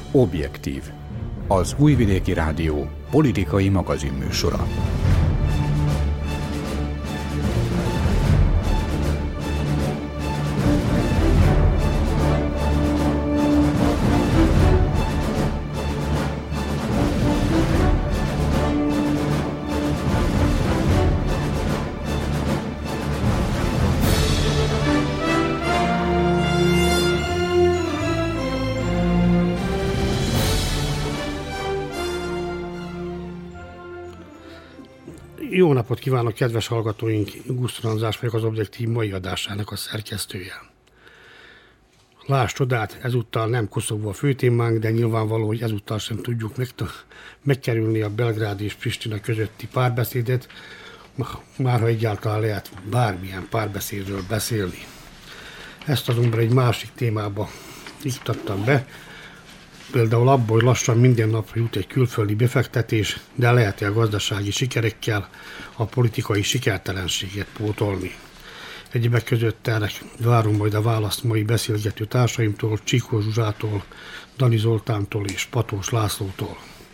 Objektív, az Újvidéki Rádió politikai magazinműsora. Jó napot kívánok, kedves hallgatóink! Gusztus András vagyok, az Objektív mai adásának a szerkesztője. Lásd csodát, ezúttal nem koszogva a főtémánk, de nyilvánvaló, hogy ezúttal sem tudjuk megkerülni a Belgrád és Pristina közötti párbeszédet, már ha egyáltalán lehet bármilyen párbeszédről beszélni. Ezt azonban egy másik témába iktattam be, például abból, hogy lassan minden napra jut egy külföldi befektetés, de lehet-e a gazdasági sikerekkel a politikai sikertelenséget pótolni. Egyebek között erre várom majd a választ mai beszélgető társaimtól, Csikó Zsuzsától, Dani Zoltántól és Patós Lászlótól.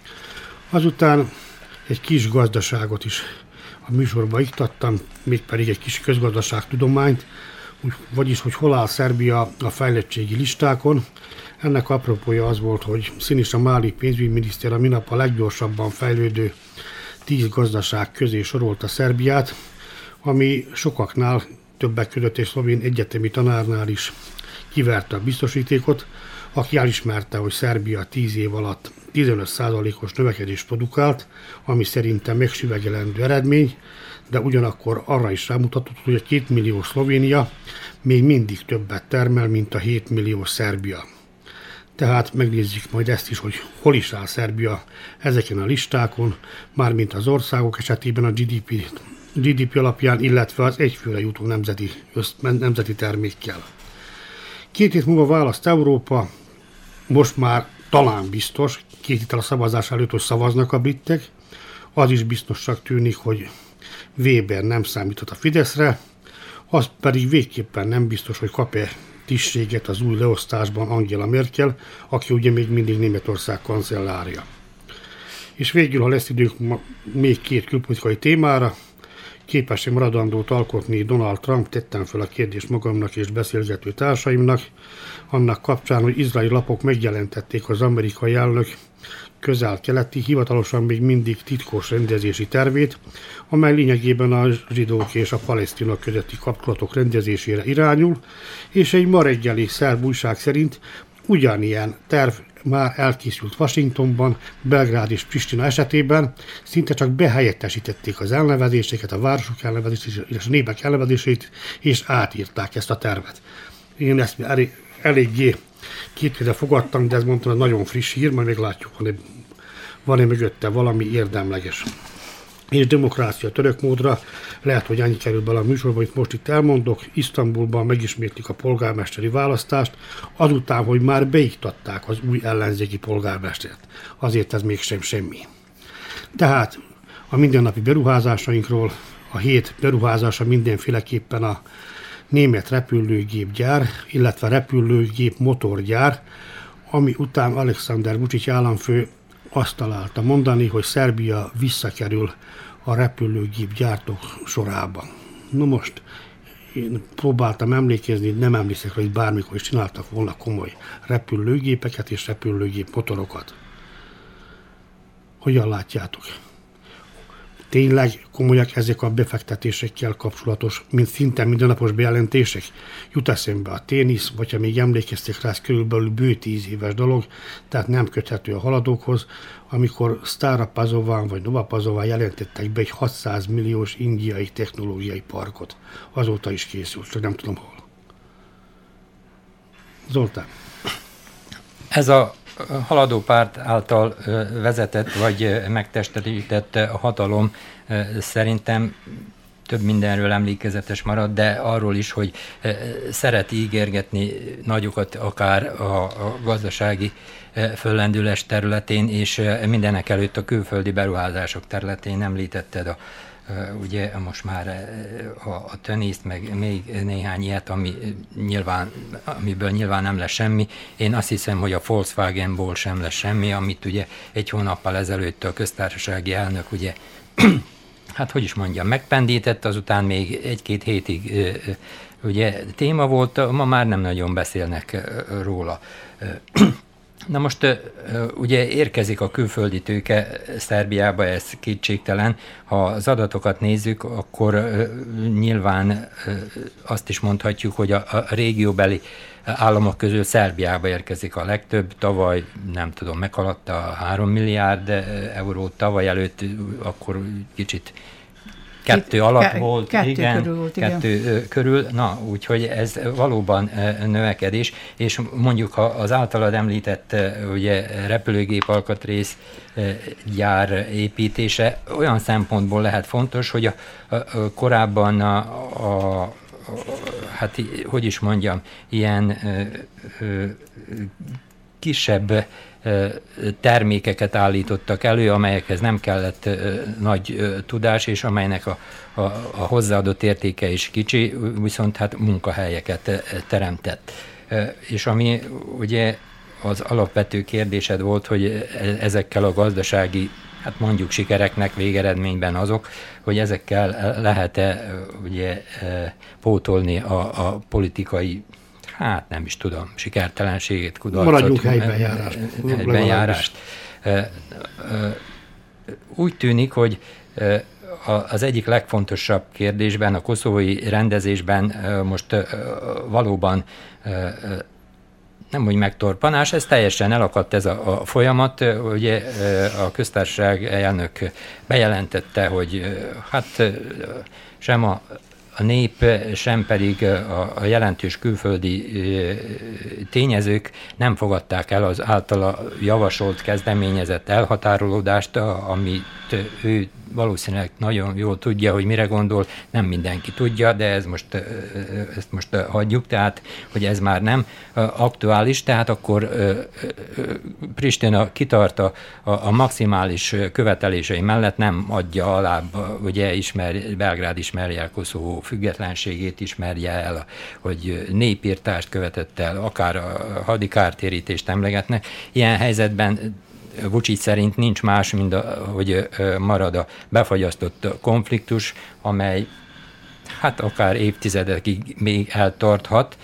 Azután egy kis gazdaságot is a műsorba iktattam, mégpedig egy kis közgazdaságtudományt, vagyis hogy hol áll Szerbia a fejlettségi listákon. Ennek apropója az volt, hogy Sinisa Mali pénzügyminiszter a minap a leggyorsabban fejlődő 10 gazdaság közé sorolta Szerbiát, ami sokaknál, többek között egy szlovén egyetemi tanárnál is kiverte a biztosítékot, aki elismerte, hogy Szerbia 10 év alatt 15%-os növekedést produkált, ami szerintem megsüvegelendő eredmény, de ugyanakkor arra is rámutatott, hogy a 2 milliós Szlovénia még mindig többet termel, mint a 7 milliós Szerbia. Tehát megnézzük majd ezt is, hogy hol is áll Szerbia ezeken a listákon, mármint az országok esetében a GDP alapján, illetve az egyfőre jutó nemzeti termékkel. 2 hét múlva választ Európa, most már talán biztos, 2 héttel a szavazás előtt, hogy szavaznak a britek, az is biztosak tűnik, hogy Weber nem számíthat a Fideszre, az pedig végképpen nem biztos, hogy kap-e tisztséget az új leosztásban Angela Merkel, aki ugye még mindig Németország kancellárja. És végül, ha lesz időnk még 2 külpolitikai témára, képes-e maradandót alkotni Donald Trump, tettem fel a kérdést magamnak és beszélgető társaimnak, annak kapcsán, hogy izraeli lapok megjelentették az amerikai elnök közel-keleti, hivatalosan még mindig titkos rendezési tervét, amely lényegében a zsidók és a palesztinok közötti kapcsolatok rendezésére irányul, és egy ma reggeli szerb újság szerint ugyanilyen terv már elkészült Washingtonban, Belgrád és Pristina esetében, szinte csak behelyettesítették az elnevezéseket, a városok elnevezését és a népek elnevezését, és átírták ezt a tervet. Én ezt eléggé kétféle fogadtam, de ezt mondtam, hogy nagyon friss hír, majd még látjuk, van-e mögötte valami érdemleges. És demokrácia török módra, lehet, hogy annyi kerül bele a műsorba, amit most itt elmondok, Isztambulban megismétlik a polgármesteri választást, azután, hogy már beiktatták az új ellenzéki polgármestert. Azért ez mégsem semmi. Tehát a mindennapi beruházásainkról, a hét beruházása mindenféleképpen a német repülőgépgyár, illetve repülőgép motorgyár, ami után Alexander Vučić államfő azt találta mondani, hogy Szerbia visszakerül a repülőgép gyártók sorába. Na most, én próbáltam emlékezni, nem emlékszek, hogy bármikor is csináltak volna komoly repülőgépeket és repülőgép motorokat. Hogyan látjátok? Tényleg komolyak ezek a befektetésekkel kapcsolatos, mint szinte mindennapos bejelentések? Jut eszembe a ténisz, vagy ha még emlékeztek rá, ez körülbelül bő 10 éves dolog, tehát nem köthető a haladókhoz, amikor Stara Pazován vagy Nova Pazován jelentettek be egy 600 milliós indiai technológiai parkot. Azóta is készült, csak nem tudom hol. Zoltán. Ez a haladó párt által vezetett vagy megtestesített hatalom szerintem több mindenről emlékezetes marad, de arról is, hogy szereti ígérgetni nagyokat akár a gazdasági föllendülés területén, és mindenek előtt a külföldi beruházások területén említetted a ugye most már a Tönészt, meg még néhány ilyet, amiből nyilván nem lesz semmi. Én azt hiszem, hogy a Volkswagenból sem lesz semmi, amit ugye egy hónappal ezelőtt a köztársasági elnök ugye hát hogy is mondjam, megpendített, azután még egy-két hétig ugye téma volt, ma már nem nagyon beszélnek róla. Na most ugye érkezik a külföldi tőke Szerbiába, ez kétségtelen. Ha az adatokat nézzük, akkor nyilván azt is mondhatjuk, hogy a régióbeli államok közül Szerbiába érkezik a legtöbb. Tavaly, nem tudom, meghaladta a 3 milliárd eurót, tavaly előtt akkor kicsit 2 alatt volt, kettő körül, na, úgyhogy ez valóban növekedés, és mondjuk az általad említett ugye, repülőgép alkatrész gyár építése olyan szempontból lehet fontos, hogy korábban hát hogy is mondjam, ilyen kisebb termékeket állítottak elő, amelyekhez nem kellett nagy tudás, és amelynek a hozzáadott értéke is kicsi, viszont hát munkahelyeket teremtett. És ami ugye az alapvető kérdésed volt, hogy ezekkel a gazdasági, hát mondjuk sikereknek végeredményben azok, hogy ezekkel lehet-e ugye pótolni a politikai, hát nem is tudom, sikertelenségét, kudarcot. Maradjunk helybenjárást. Úgy tűnik, hogy az egyik legfontosabb kérdésben, a koszovói rendezésben most valóban nem úgy megtorpanás, ez teljesen elakadt ez a folyamat. Ugye a köztársaság elnök bejelentette, hogy hát sem a nép, sem pedig a jelentős külföldi tényezők nem fogadták el az általa javasolt, kezdeményezett elhatárolódást, amit ő valószínűleg nagyon jól tudja, hogy mire gondol, nem mindenki tudja, de ezt most hagyjuk, tehát, hogy ez már nem aktuális, tehát akkor Pristina kitart a maximális követelései mellett, nem adja alá, ugye Belgrád ismerje el Koszovó függetlenségét, ismerje el, hogy népírtást követett el, akár a hadi kártérítést emlegetnek. Ilyen helyzetben Vučić szerint nincs más, mint hogy marad a befagyasztott konfliktus, amely hát akár évtizedekig még eltarthat.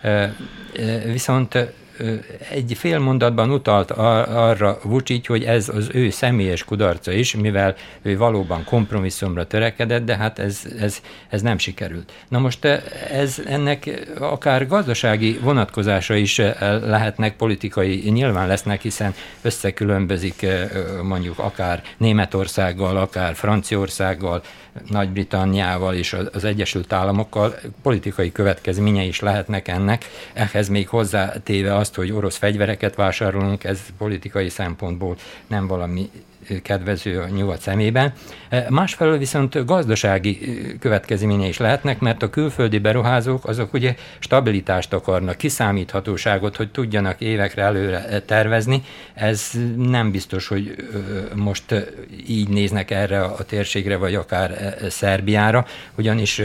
Viszont egy fél mondatban utalt arra Vučić, hogy ez az ő személyes kudarca is, mivel ő valóban kompromisszumra törekedett, de hát ez nem sikerült. Na most ennek akár gazdasági vonatkozása is lehetnek, politikai nyilván lesznek, hiszen összekülönbözik mondjuk akár Németországgal, akár Franciaországgal, Nagy-Britanniával és az Egyesült Államokkal, politikai következményei is lehetnek ennek. Ehhez még hozzátéve azt, hogy orosz fegyvereket vásárolunk, ez politikai szempontból nem valami kedvező a nyugat szemében. Másfelől viszont gazdasági következményei is lehetnek, mert a külföldi beruházók azok ugye stabilitást akarnak, kiszámíthatóságot, hogy tudjanak évekre előre tervezni. Ez nem biztos, hogy most így néznek erre a térségre, vagy akár Szerbiára, ugyanis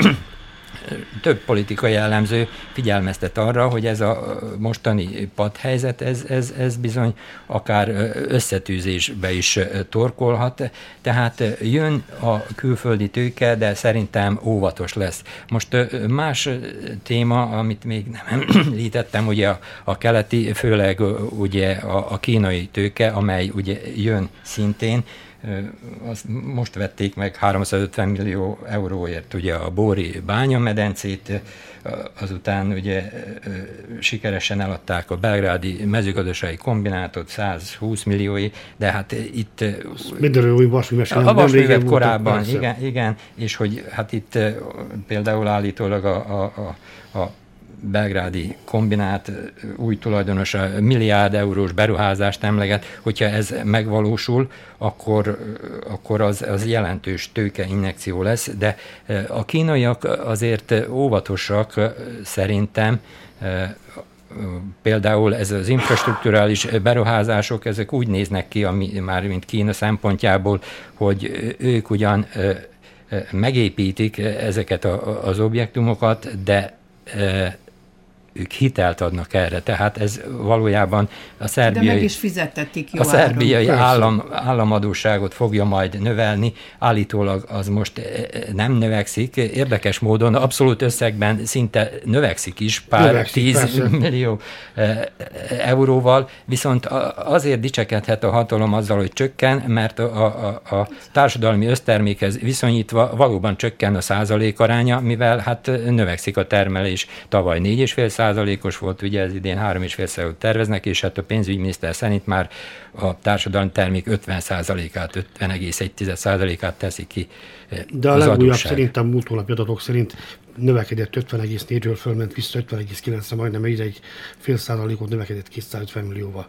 több politikai elemző figyelmeztet arra, hogy ez a mostani padhelyzet, ez bizony akár összetűzésbe is torkolhat, tehát jön a külföldi tőke, de szerintem óvatos lesz. Most más téma, amit még nem említettem, ugye a keleti, főleg ugye a kínai tőke, amely ugye jön szintén, azt most vették meg 350 millió euróért ugye a Bóri bányamedencét, azután ugye sikeresen eladták a belgrádi mezőgazdasági kombinátot 120 millióig, de hát itt mindenről új vasműves. A vasművek korábban, igen, és hogy hát itt például állítólag a belgrádi kombinát új tulajdonosa milliárd eurós beruházást emleget, hogyha ez megvalósul, akkor az jelentős tőkeinjekció lesz, de a kínaiak azért óvatosak szerintem, például ez az infrastrukturális beruházások, ezek úgy néznek ki, mint Kína szempontjából, hogy ők ugyan megépítik ezeket az objektumokat, de ők hitelt adnak erre, tehát ez valójában a szerbiai... De meg is fizettetik jó a szerbiai államadósságot fogja majd növelni, állítólag az most nem növekszik, érdekes módon abszolút összegben szinte növekszik is, pár 10 millió euróval, viszont azért dicsekedhet a hatalom azzal, hogy csökken, mert a társadalmi össztermékhez viszonyítva valóban csökken a százalékaránya, mivel hát növekszik a termelés, tavaly 4,5%-os volt, ugye ez idén 3,5%-ot terveznek, és hát a pénzügyminiszter szerint már a társadalmi termék 50%-át, 50,1%-át teszi ki de a legújabb szerint, a múlt hónapi adatok szerint növekedett 50,4-ről fölment vissza 50,9-re, majdnem egy 0,5%-ot növekedett 250 millióval.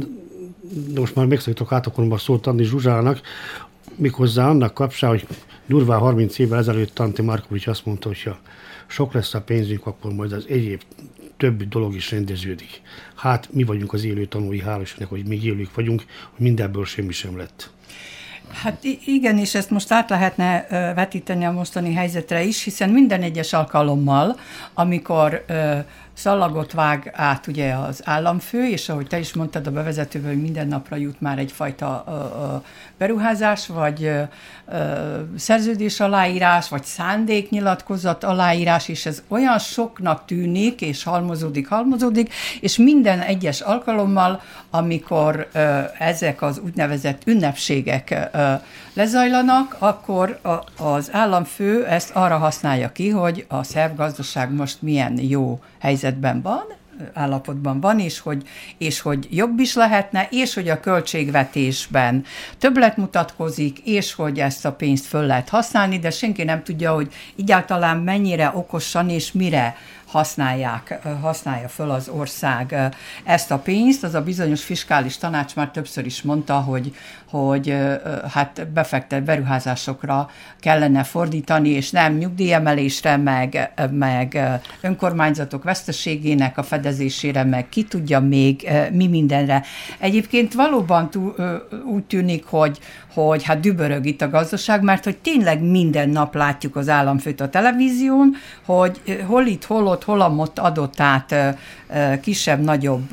De most már megszakítok átokon szót adni Zsuzsának, méghozzá annak kapcsán, hogy durván 30 évvel ezelőtt Ante Markovics azt mondta, hogy ha sok lesz a pénzünk, akkor majd az egyéb többi dolog is rendeződik. Hát mi vagyunk az élő tanúi, hál' Istennek, hogy még élők vagyunk, hogy mindenből semmi sem lett. Hát igen, és ezt most át lehetne vetíteni a mostani helyzetre is, hiszen minden egyes alkalommal, amikor szallagot vág át ugye az államfő, és ahogy te is mondtad a bevezetőben, hogy minden napra jut már egyfajta beruházás, vagy szerződés aláírás, vagy szándéknyilatkozat aláírás, és ez olyan soknak tűnik, és halmozódik, és minden egyes alkalommal, amikor ezek az úgynevezett ünnepségek lezajlanak, akkor az államfő ezt arra használja ki, hogy a szerb gazdaság most milyen jó helyzetben van, állapotban van, és hogy jobb is lehetne, és hogy a költségvetésben többlet mutatkozik, és hogy ezt a pénzt föl lehet használni, de senki nem tudja, hogy egyáltalán mennyire okosan és mire használja föl az ország ezt a pénzt. Az a bizonyos fiskális tanács már többször is mondta, hogy hát beruházásokra kellene fordítani, és nem nyugdíjemelésre, meg önkormányzatok veszteségének a fedezésére, meg ki tudja még mi mindenre. Egyébként valóban úgy tűnik, hogy hát dübörög itt a gazdaság, mert hogy tényleg minden nap látjuk az államfőt a televízión, hogy hol itt, hol ott, hol amott adott át kisebb-nagyobb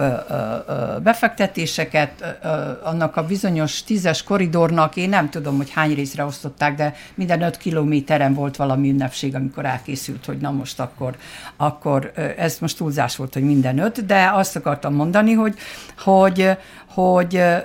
befektetéseket, annak a bizonyos 10-es koridornak, én nem tudom, hogy hány részre osztották, de minden 5 kilométeren volt valami ünnepség, amikor elkészült, hogy na most akkor ez most túlzás volt, hogy minden 5, de azt akartam mondani, hogy